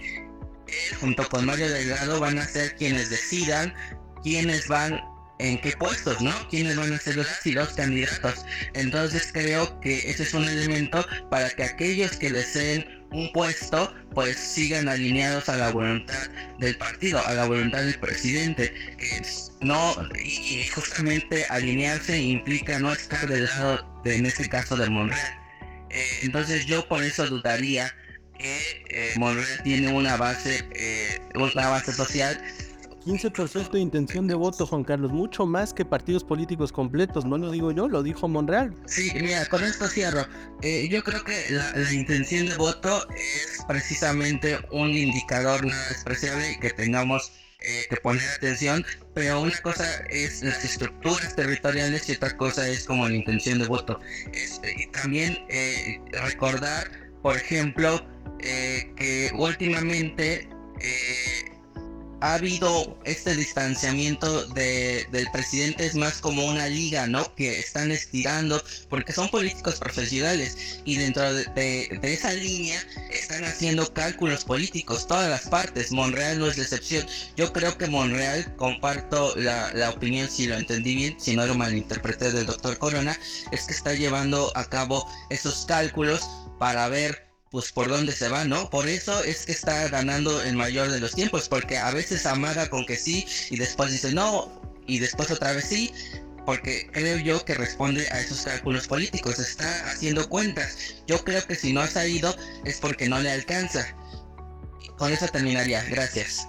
E: él junto con Mario Delgado van a ser quienes decidan quiénes van en qué puestos, ¿no? Quiénes van a ser los, los candidatos. Entonces creo que ese es un elemento para que aquellos que deseen un puesto pues sigan alineados a la voluntad del partido, a la voluntad del presidente, que es, no, y, y justamente alinearse implica no estar del lado de, en este caso, de Monreal. Eh, entonces yo por eso dudaría que eh, Monreal tiene una base, eh, una base social.
D: quince por ciento de intención de voto, Juan Carlos, mucho más que partidos políticos completos, no lo digo yo, lo dijo Monreal.
E: Sí, mira, con esto cierro. Eh, yo creo que la, la intención de voto es precisamente un indicador nada despreciable y que tengamos eh, que poner atención, pero una cosa es las estructuras territoriales y otra cosa es como la intención de voto. Es, y también eh, recordar, por ejemplo, eh, que últimamente eh, ha habido este distanciamiento de, del presidente, es más como una liga, ¿no? Que están estirando, porque son políticos profesionales y dentro de, de, de esa línea están haciendo cálculos políticos, todas las partes. Monreal no es la excepción. Yo creo que Monreal, comparto la, la opinión, si lo entendí bien, si no lo malinterpreté, del doctor Corona, es que está llevando a cabo esos cálculos para ver pues por dónde se va, ¿no? Por eso es que está ganando el mayor de los tiempos, porque a veces amaga con que sí y después dice no y después otra vez sí, porque creo yo que responde a esos cálculos políticos, está haciendo cuentas. Yo creo que si no ha salido es porque no le alcanza. Con eso terminaría, gracias.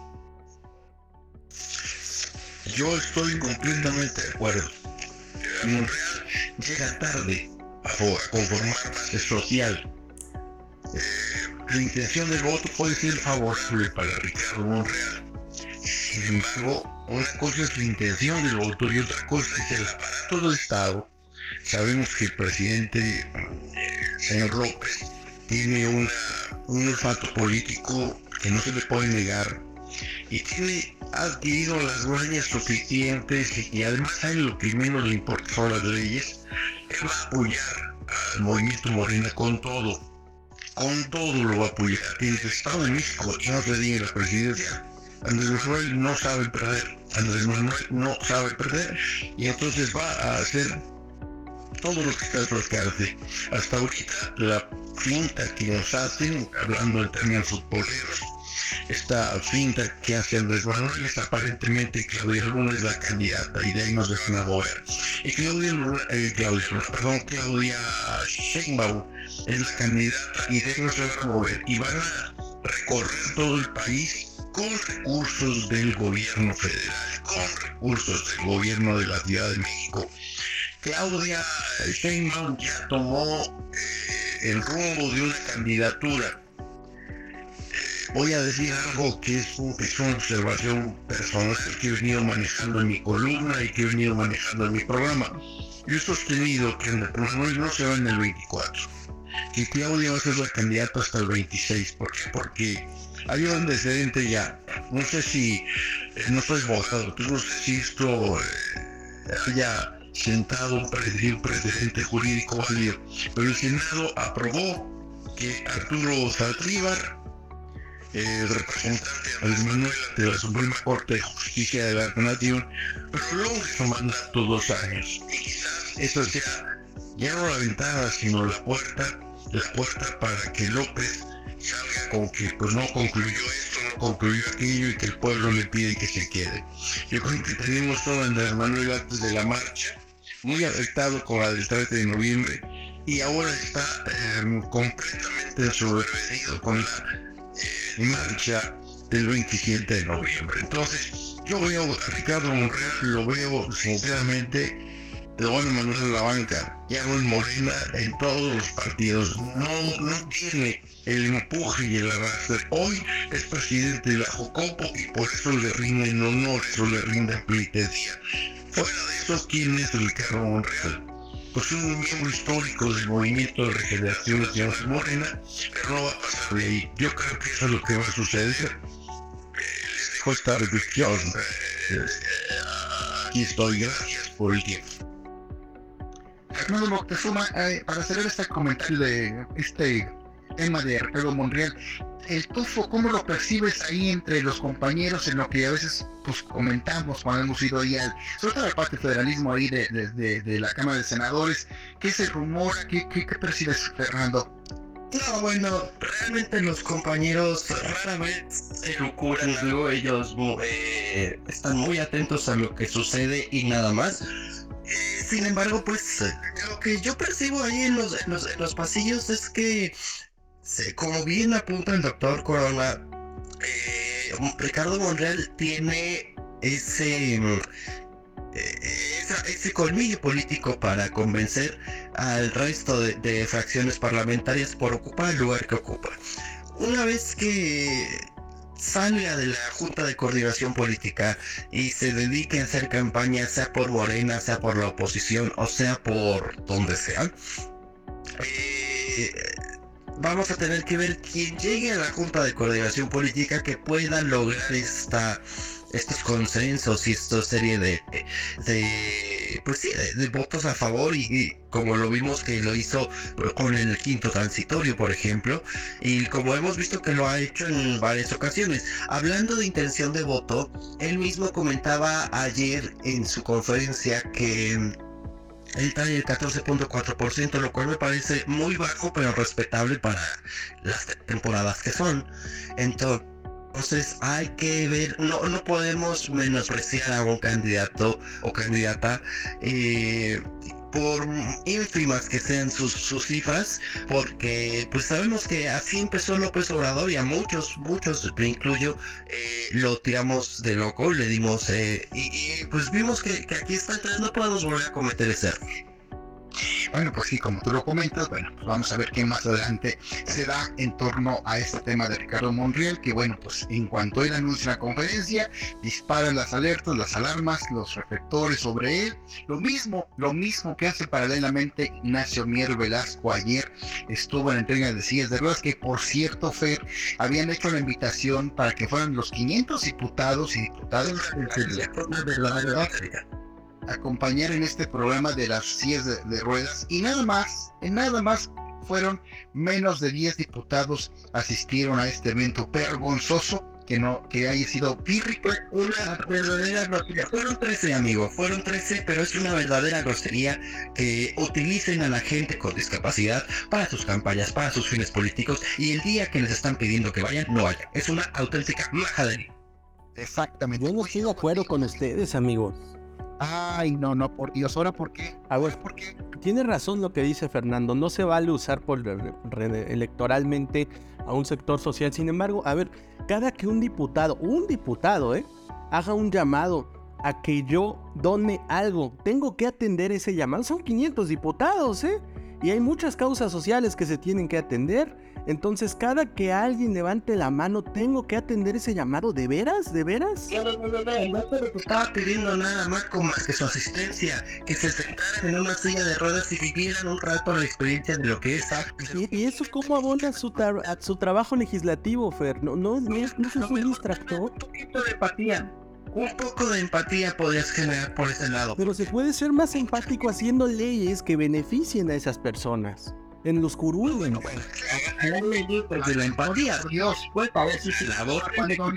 G: Yo estoy completamente de acuerdo. Monreal llega tarde a, a conformar base social. Eh, la intención del voto puede ser favorable para Ricardo Monreal. Sin embargo, una cosa es la intención del voto y otra cosa es el aparato del Estado. Sabemos que el presidente, eh, señor López, tiene una, un olfato político que no se le puede negar y tiene ha adquirido las mañas suficientes y además sabe lo que menos le importa son las leyes. Él va a apoyar al movimiento Morena con todo. Con todo lo va a apoyar. En el Estado de México, no se diga la presidencia, Andrés Manuel no sabe perder. Andrés Manuel no sabe perder. Y entonces va a hacer todo lo que está a su alcance. Hasta ahorita la finta que nos hacen, hablando en términos futboleros, esta finta que hace Andrés Manuel es aparentemente Claudia Luna es la candidata y de ahí nos dejan a mover. Y Claudia Luna, eh, Claudia, perdón, Claudia Sheinbaum es la candidata y de ahí nos dejan a mover y van a recorrer todo el país con recursos del gobierno federal, con recursos del gobierno de la Ciudad de México. Claudia Sheinbaum ya tomó eh, el rumbo de una candidatura. Voy a decir algo que es, un, es una observación personal que he venido manejando en mi columna y que he venido manejando en mi programa. Yo he sostenido que Andrés Manuel no se va en el veinticuatro, que Claudia va a ser la candidata hasta el veintiséis. ¿Por qué? Porque hay un antecedente ya. No sé si, eh, no estoy abogado, tú no sé si esto eh, haya sentado un precedente, un precedente jurídico válido, pero el Senado aprobó que Arturo Saldívar, Eh, representante Andrés Manuel de la Suprema Corte de Justicia de la Nación, prolongue su mandato dos años. Y quizás eso sea ya no la ventana, sino la puerta, la puerta para que López salga con que pues no concluyó esto, no concluyó aquello y que el pueblo le pide que se quede. Yo creo que tenemos todo Andrés Manuel antes de la marcha, muy afectado con la del trece de noviembre, y ahora está eh, completamente desobedecido con la marcha del veintisiete de noviembre. Entonces yo veo a Ricardo Monreal, lo veo sinceramente de buena manera en la banca, ya no en Morena, en todos los partidos, no, no tiene el empuje y el arrastre. Hoy es presidente de la Jocopo y por eso le rinden honores o le rinden pleitesía. Fuera de eso, ¿quién es Ricardo Monreal? Pues un miembro histórico del Movimiento de Regeneración Nacional Morena, pero no va a pasar de ahí. Yo creo que eso es lo que va a suceder. Eh, les dejo esta reflexión. Eh, aquí estoy, gracias por el tiempo.
C: Fernando Moctezuma, eh, para hacer este comentario de este tema de Ricardo Monreal, el tufo, ¿cómo lo percibes ahí entre los compañeros en lo que a veces pues comentamos cuando hemos ido ahí al, sobre todo la parte del federalismo ahí de, de, de, de la Cámara de Senadores? ¿Qué se rumora? ¿Qué, qué, qué percibes, Fernando?
I: No, bueno, realmente los compañeros rara vez se lucuran algo, ellos eh, están muy atentos a lo que sucede y nada más. Eh, sin embargo, pues lo que yo percibo ahí en los, en los, en los pasillos es que, se, como bien apunta el doctor Corona, eh, Ricardo Monreal tiene ese, eh, esa, ese colmillo político para convencer al resto de, de fracciones parlamentarias por ocupar el lugar que ocupa. Una vez que salga de la Junta de Coordinación Política y se dedique a hacer campaña, sea por Morena, sea por la oposición o sea por donde sea, eh, vamos a tener que ver quién llegue a la Junta de Coordinación Política que pueda lograr esta, estos consensos y esta serie de, de pues sí, de, de votos a favor, y, y como lo vimos que lo hizo con el quinto transitorio, por ejemplo, y como hemos visto que lo ha hecho en varias ocasiones. Hablando de intención de voto, él mismo comentaba ayer en su conferencia que él está en el catorce punto cuatro por ciento, lo cual me parece muy bajo, pero respetable para las temporadas que son. Entonces, Entonces hay que ver, no, no podemos menospreciar a un candidato o candidata eh, por ínfimas que sean sus, sus cifras, porque pues sabemos que así empezó López Obrador y a muchos, muchos, me incluyo, eh, lo tiramos de loco, le dimos, eh, y, y pues vimos que, que aquí está, entonces no podemos volver a cometer ese error.
C: Bueno, pues sí, como tú lo comentas, bueno, pues vamos a ver qué más adelante se da en torno a este tema de Ricardo Monreal, que bueno, pues en cuanto él anuncia la conferencia, disparan las alertas, las alarmas, los reflectores sobre él. Lo mismo, lo mismo que hace paralelamente Ignacio Mier Velasco. Ayer estuvo en la entrega de sillas de ruedas, que por cierto, Fer, habían hecho la invitación para que fueran los quinientos diputados y diputadas de la acompañar en este programa de las sillas de, de ruedas, y nada más, en nada más fueron menos de diez diputados asistieron a este evento vergonzoso, que no, que haya sido pírrico.
I: Una verdadera grosería. Fueron trece, amigos, fueron trece, pero es una verdadera grosería que utilicen a la gente con discapacidad para sus campañas, para sus fines políticos, y el día que les están pidiendo que vayan, no vayan. Es una auténtica majadería.
C: Exactamente.
D: Yo no estoy de acuerdo con ustedes, amigos.
C: Ay, no, no, por Dios, ¿ahora por qué?
D: A ver,
C: ¿Por qué?
D: tiene razón lo que dice Fernando, no se vale usar por re- re- electoralmente a un sector social. Sin embargo, a ver, cada que un diputado, un diputado, eh, haga un llamado a que yo done algo, tengo que atender ese llamado. Son quinientos diputados, ¿eh? Y hay muchas causas sociales que se tienen que atender. Entonces, cada que alguien levante la mano, tengo que atender ese llamado. ¿De veras? ¿De veras?
I: No, no, no, no, no, no te lo estaba pidiendo nada más como más que su asistencia, que se sentaran en una silla de ruedas y vivieran un rato la experiencia de lo que es.
D: ¿Y, y eso cómo abona su, tra- a su trabajo legislativo, Fer? ¿No, no, no, es- no es un distractor?
I: Un poquito de empatía. Un poco de empatía podrías generar por ese lado.
D: Pero se puede ser más empático haciendo leyes que beneficien a esas personas. En los curules.
I: Bueno, bueno, hagan leyes de la empatía. Dios, pues a ver si se la voz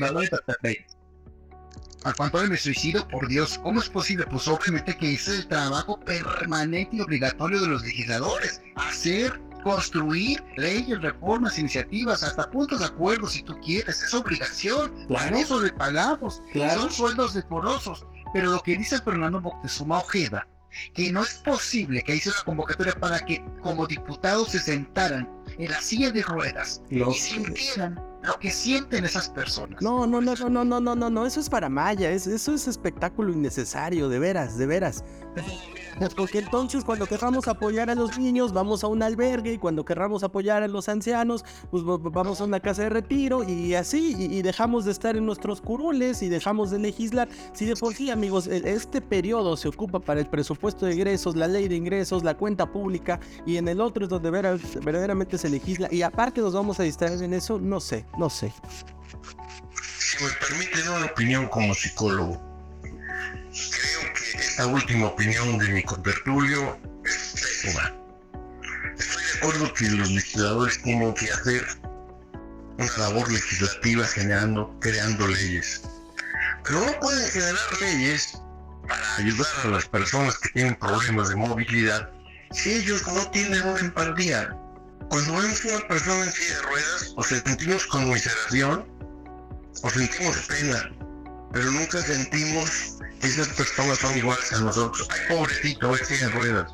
C: ¿A cuánto me suicidio? Por Dios, ¿cómo es posible? Pues obviamente que ese es el trabajo permanente y obligatorio de los legisladores. Hacer, construir leyes, reformas, iniciativas, hasta puntos de acuerdo si tú quieres. Es obligación.
D: Claro.
C: Para eso le pagamos.
D: Claro.
C: Son sueldos decorosos. Pero lo que dice Fernando Moctezuma Ojeda, que no es posible que hice una convocatoria para que como diputados se sentaran en la silla de ruedas
D: No.
C: y sintieran lo que sienten esas personas.
D: No, no, no, no, no, no, no, no, no, eso es para Maya, es, eso es espectáculo innecesario, de veras, de veras. Porque entonces cuando querramos apoyar a los niños vamos a un albergue, y cuando querramos apoyar a los ancianos pues vamos a una casa de retiro y así, y, y dejamos de estar en nuestros curules y dejamos de legislar. Si de por sí, amigos, este periodo se ocupa para el presupuesto de ingresos, la ley de ingresos, la cuenta pública, y en el otro es donde vera- verdaderamente se legisla, y aparte nos vamos a distraer en eso, no sé, no sé.
G: Si me permite dar una opinión como psicólogo, creo que esta última opinión de mi contertulio es pésima. Estoy de acuerdo que los legisladores tienen que hacer una labor legislativa generando, creando leyes. Pero no pueden generar leyes para ayudar a las personas que tienen problemas de movilidad si ellos no tienen una empatía. Cuando vemos a una persona en silla de ruedas, o sentimos conmiseración, o sentimos pena, pero nunca sentimos que esas personas son iguales a nosotros. Ay, pobrecito, es silla de ruedas.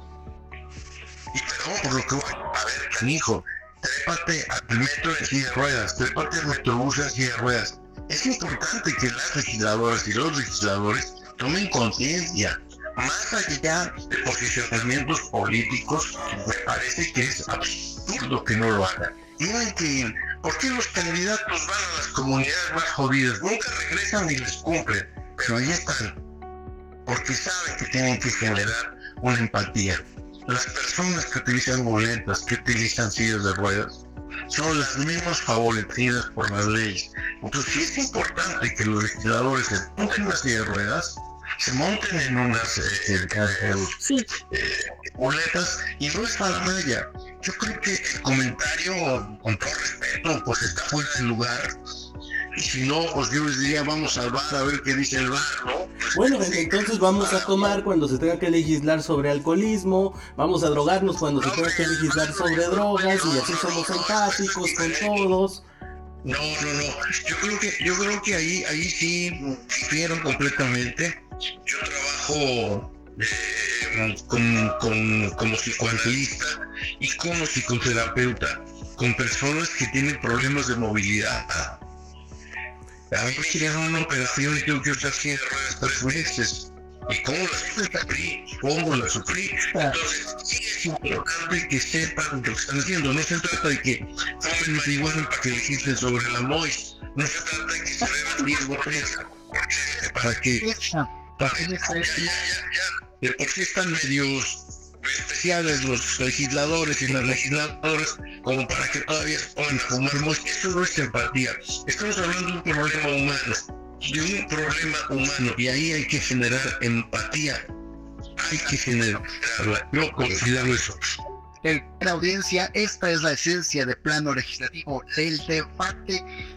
G: Y perdón por lo que voy a ver, canijo, trépate al metro en silla de ruedas, trépate al metrobús en silla de ruedas. Es importante que las legisladoras y los legisladores tomen conciencia. Más allá de posicionamientos políticos, me parece que es absurdo que no lo hagan. Miren que, ¿por qué los candidatos van a las comunidades más jodidas? Nunca regresan ni les cumplen, pero ahí están. Porque saben que tienen que generar una empatía. Las personas que utilizan muletas, que utilizan sillas de ruedas, son las mismas favorecidas por las leyes. Entonces sí es importante que los legisladores se monten en una silla de ruedas, se monten en unas eh, eh, sí, eh, muletas, y no es faramaya. Yo creo que el comentario, con todo respeto, pues está fuera de lugar. Y si no, pues yo les diría, vamos al bar a ver qué dice el bar, ¿no?
D: Bueno, entonces vamos a tomar cuando se tenga que legislar sobre alcoholismo, vamos a drogarnos cuando se tenga que legislar sobre drogas, y así somos empáticos con todos.
G: No, no, no. Yo creo que, yo creo que ahí, ahí sí difiero completamente. Yo trabajo eh, con, con, como psicoanalista y como psicoterapeuta con personas que tienen problemas de movilidad. A mí me hicieron una operación y tuve que usar silla de ruedas tres meses. ¿Y cómo la sufrí? ¿Cómo la sufrí? Entonces, sí es importante que sepan lo que están haciendo. No se trata de que fumen marihuana para que legislen sobre la M O I. No se trata de que se beban diez botellas. Para que... Para que ya, ya, ya, ya. De por sí están medios especiales los legisladores y las legisladoras como para que todavía se puedan fumar M O I. Eso no es empatía. Estamos hablando de un problema humano. De un problema humano, y ahí hay que generar empatía, hay que generarla. Yo considero eso.
C: La audiencia, esta es la esencia de Plano Legislativo, el debate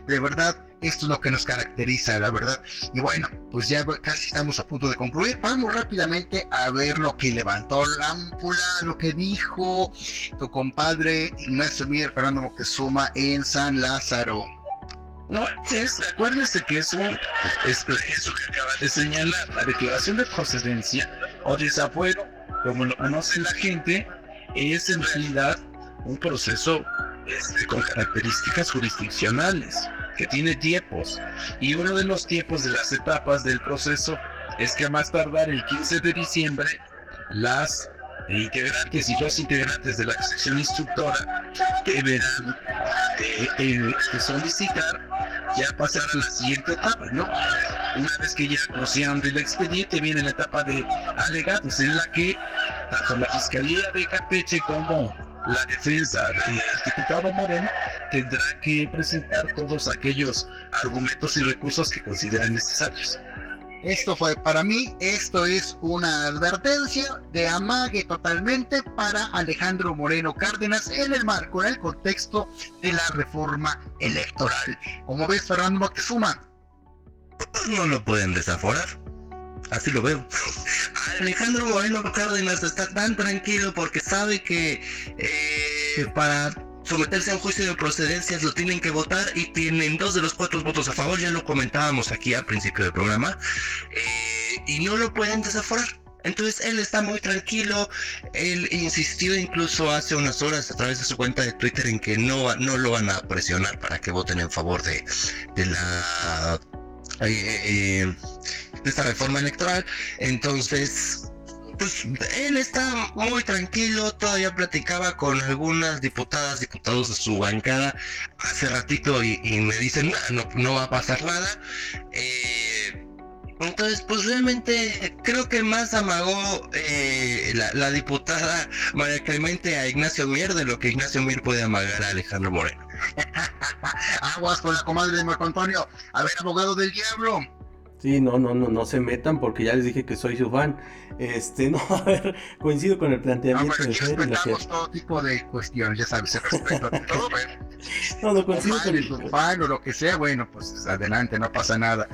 B: De verdad, esto es lo que nos caracteriza, la verdad. Y bueno, pues ya casi estamos a punto de concluir. Vamos rápidamente a ver lo que levantó la ámpula, lo que dijo tu compadre Ignacio Mier Fernando Moctezuma en San Lázaro.
I: No, es, acuérdese que eso es eso que acaba de señalar, la declaración de procedencia o desafuero, como lo conoce la gente, es en realidad un proceso este, con características jurisdiccionales, que tiene tiempos, y uno de los tiempos de las etapas del proceso es que a más tardar el quince de diciembre, las integrantes y los integrantes de la sección instructora deberán eh, eh, solicitar ya pasar a la siguiente etapa, ¿no? Una vez que ya conocieron del expediente, viene la etapa de alegatos, en la que tanto la Fiscalía de Campeche como la defensa del diputado Moreno tendrá que presentar todos aquellos argumentos y recursos que consideran necesarios.
B: Esto fue para mí, esto es una advertencia de amague totalmente para Alejandro Moreno Cárdenas en el marco, en el contexto de la reforma electoral. ¿Cómo ves, Fernando Moctezuma?
F: No lo pueden desaforar, así lo veo. Alejandro Moreno Cárdenas está tan tranquilo porque sabe que eh, para someterse a un juicio de procedencias lo tienen que votar y tienen dos de los cuatro votos a favor, ya lo comentábamos aquí al principio del programa, eh, y no lo pueden desaforar. Entonces él está muy tranquilo, él insistió incluso hace unas horas a través de su cuenta de Twitter en que no, no lo van a presionar para que voten en favor de, de la eh, eh, de esta reforma electoral. Entonces pues él está muy tranquilo, todavía platicaba con algunas diputadas, diputados de su bancada hace ratito y, y me dicen no, no va a pasar nada. Eh, entonces pues realmente creo que más amagó eh, la, la diputada María Clemente a Ignacio Mier de lo que Ignacio Mier puede amagar a Alejandro Moreno.
B: Aguas con la comadre de Marco Antonio. A ver, abogado del diablo.
D: Sí, no, no, no, no se metan porque ya les dije que soy su fan. Este, no, a ver, coincido con el planteamiento
B: no,
D: de Fer.
B: Respetamos todo tipo de cuestiones, ya sabes, se respeta todo, pero...
D: No, no coincido con
B: el tu fan o lo que sea, bueno, pues adelante, no pasa nada.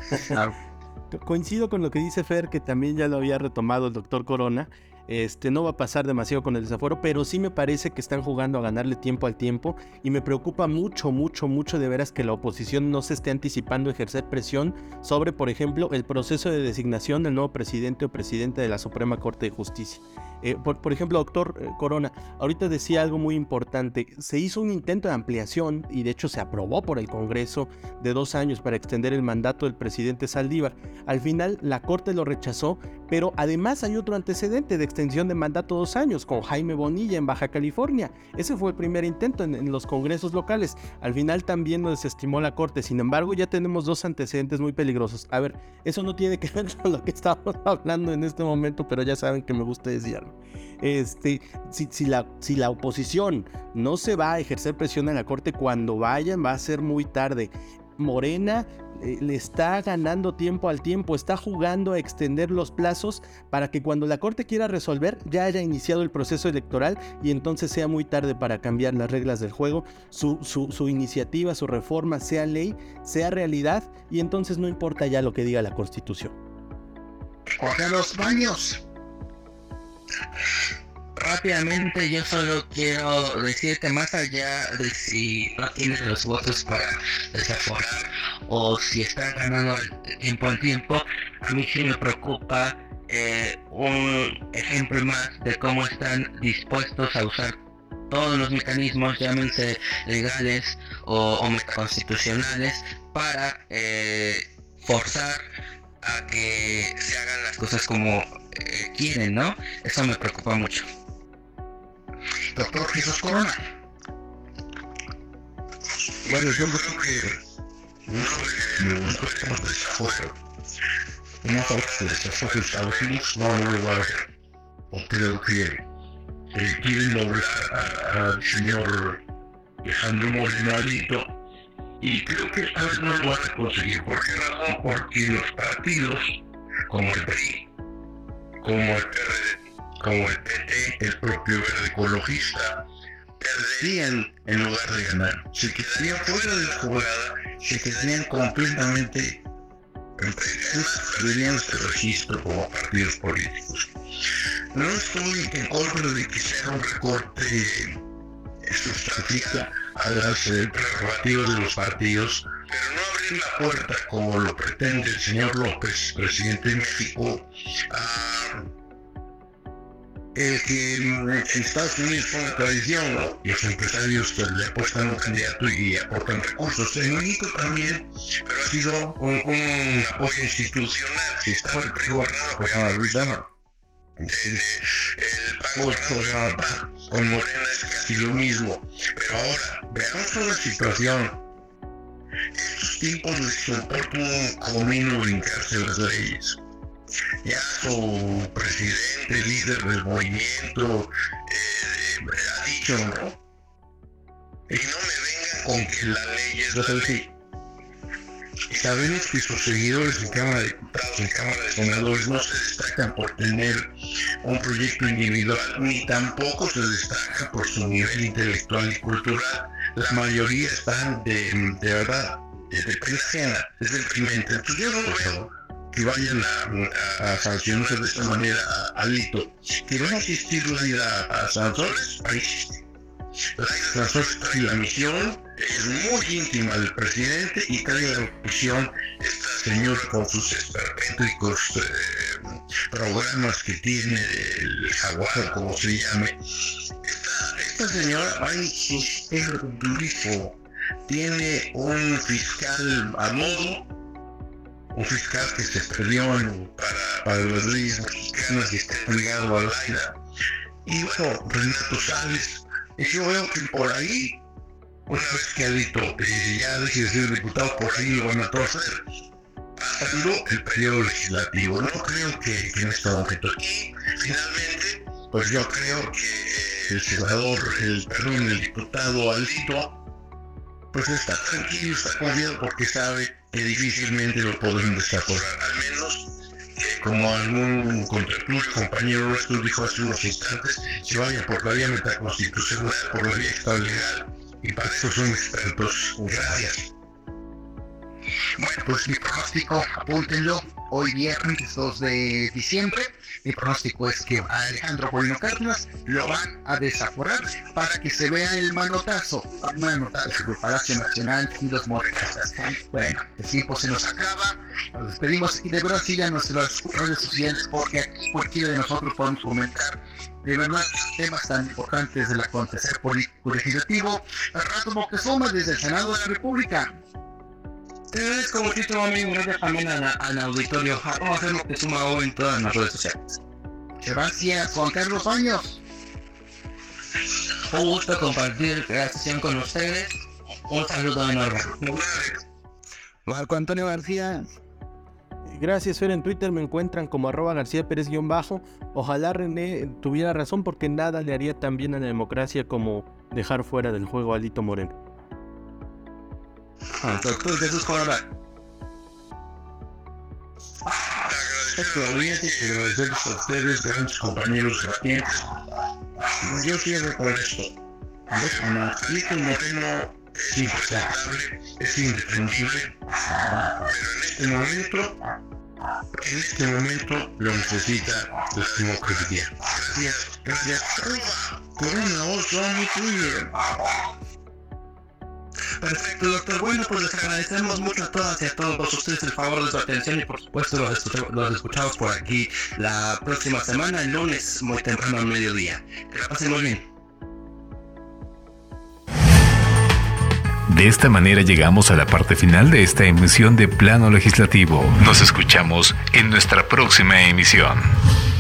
D: Coincido con lo que dice Fer, que también ya lo había retomado el doctor Corona. Este, no va a pasar demasiado con el desaforo, pero sí me parece que están jugando a ganarle tiempo al tiempo y me preocupa mucho, mucho, mucho de veras que la oposición no se esté anticipando a ejercer presión sobre, por ejemplo, el proceso de designación del nuevo presidente o presidenta de la Suprema Corte de Justicia. Eh, por, por ejemplo, doctor eh, Corona, ahorita decía algo muy importante. Se hizo un intento de ampliación y de hecho se aprobó por el Congreso de dos años para extender el mandato del presidente Saldívar. Al final la Corte lo rechazó, pero además hay otro antecedente de extensión de mandato dos años con Jaime Bonilla en Baja California. Ese fue el primer intento en, en los congresos locales. Al final también lo desestimó la Corte. Sin embargo, ya tenemos dos antecedentes muy peligrosos. A ver, eso no tiene que ver con lo que estamos hablando en este momento, pero ya saben que me gusta decirlo. Este, si, si, la, si la oposición no se va a ejercer presión en la Corte, cuando vayan va a ser muy tarde. Morena eh, le está ganando tiempo al tiempo, está jugando a extender los plazos para que cuando la Corte quiera resolver ya haya iniciado el proceso electoral y entonces sea muy tarde para cambiar las reglas del juego, su, su, su iniciativa, su reforma sea ley, sea realidad y entonces no importa ya lo que diga la Constitución.
B: Jorge Los Baños.
E: Rápidamente, yo solo quiero decir que más allá de si no tienes los votos para desaforar o si están ganando tiempo al tiempo, a mí sí me preocupa eh, un ejemplo más de cómo están dispuestos a usar todos los mecanismos, llámense legales o, o metaconstitucionales, para eh, forzar a que se hagan las cosas como eh, quieren, ¿no? Eso me preocupa mucho.
B: Doctor Jesús Corona.
G: Bueno, yo creo que no me gusta el desafuero. Una parte de desafuero de Estados Unidos no lo va a hacer. O creo que eh, quieren lograr al señor Alejandro Moreno y creo que esta vez no lo van a conseguir. ¿Por qué razón? Porque los partidos como el P R I, como el P R D, como el P T, el propio Verde Ecologista, perderían en lugar de ganar. Se quedarían fuera de la jugada, se quedarían completamente, perderían su registro como partidos políticos. No estoy en contra de que sea un recorte sustancial al alce del prerrogativo de los partidos, pero no abrir la puerta como lo pretende el señor López, presidente de México, a el que en Estados Unidos fue una tradición, ¿no? Los empresarios que le apuestan a un candidato y aportan recursos. En México también, pero ha sido un, un apoyo institucional. Si estaba el P R I gobernado, apoyaba a Luis Dama. El, el P A N gobernaba al P A N. Con Morena es casi lo mismo. Pero ahora, veamos una situación. Estos tipos les importa un comino brincarse las leyes. Ya su presidente, líder del movimiento, eh, ha dicho, ¿no? Y no me vengan con que la ley es la ley. Y sabemos que sus seguidores en Cámara de Diputados, en Cámara de Senadores, no se destacan por tener un proyecto individual, ni tampoco se destacan por su nivel intelectual y cultural. La mayoría están de, de verdad, de depresión, es deprimente. Entonces yo no veo que vayan a, a, a sancionarse de esta manera a Alito. Que van a asistir a, a Sanzores, ahí existe. Sanzores trae la misión, es muy íntima del presidente y trae la misión esta señora con sus esperpéntricos eh, programas que tiene el jaguar, como se llame. Esta, esta señora va en su turismo, tiene un fiscal a modo, un fiscal que se perdió para, para las leyes mexicanas y está ligado a Laida. Y bueno, Renato Sales, y yo veo que por ahí, una vez que Alito eh, ya deje de ser diputado, por ahí lo van a torcer, pasando el periodo legislativo. No creo que, que en este momento. Y finalmente, pues yo creo que el senador, el perdón, el diputado Alito, pues está tranquilo, está confiado porque sabe que difícilmente lo podrán desaforar, al menos que como algún contraclub compañero nuestro dijo hace unos instantes, se vaya por la vía metaconstitucional, por la vía estable legal, y para eso son expertos. Gracias.
C: Bueno, pues mi pronóstico, apúntenlo, hoy viernes dos de diciembre, mi pronóstico es que a Alejandro Moreno Cárdenas lo van a desaforar para que se vea el manotazo, el manotazo del Palacio Nacional y los morenistas. Bueno, el tiempo se nos acaba, nos despedimos y de verdad sigan nuestras redes sociales porque aquí cualquiera de nosotros podemos comentar de verdad temas tan importantes del acontecer político legislativo. Rato Moctezuma desde el Senado de la República.
I: Te agradezco muchísimo, amigo. Gracias también a la, al auditorio. Vamos a hacer lo que suma hoy en todas las redes sociales.
C: Gracias, Juan Carlos Baños.
I: Un gusto compartir la sesión con ustedes. Un saludo enorme.
C: Marco Antonio García.
D: Gracias, Fer. En Twitter me encuentran como arroba García Pérez-bajo. Ojalá René tuviera razón porque nada le haría tan bien a la democracia como dejar fuera del juego a Alito Moreno.
I: Ah, doctor Jesús Corona.
G: Agradecerles a ustedes, grandes compañeros debatientes. Yo cierro con esto. Alito Moreno es impresentable, es indefendible, pero en este momento, en este momento lo necesita la democracia. Gracias, gracias. Corona, vos, vamos, Twitter.
I: Perfecto, doctor. Bueno, pues les agradecemos mucho a todas y a todos ustedes el favor de su atención y por supuesto los, escuch- los escuchamos por aquí la próxima semana, el lunes, muy temprano al mediodía. Que la pasen muy bien.
A: De esta manera llegamos a la parte final de esta emisión de Plano Legislativo. Nos escuchamos en nuestra próxima emisión.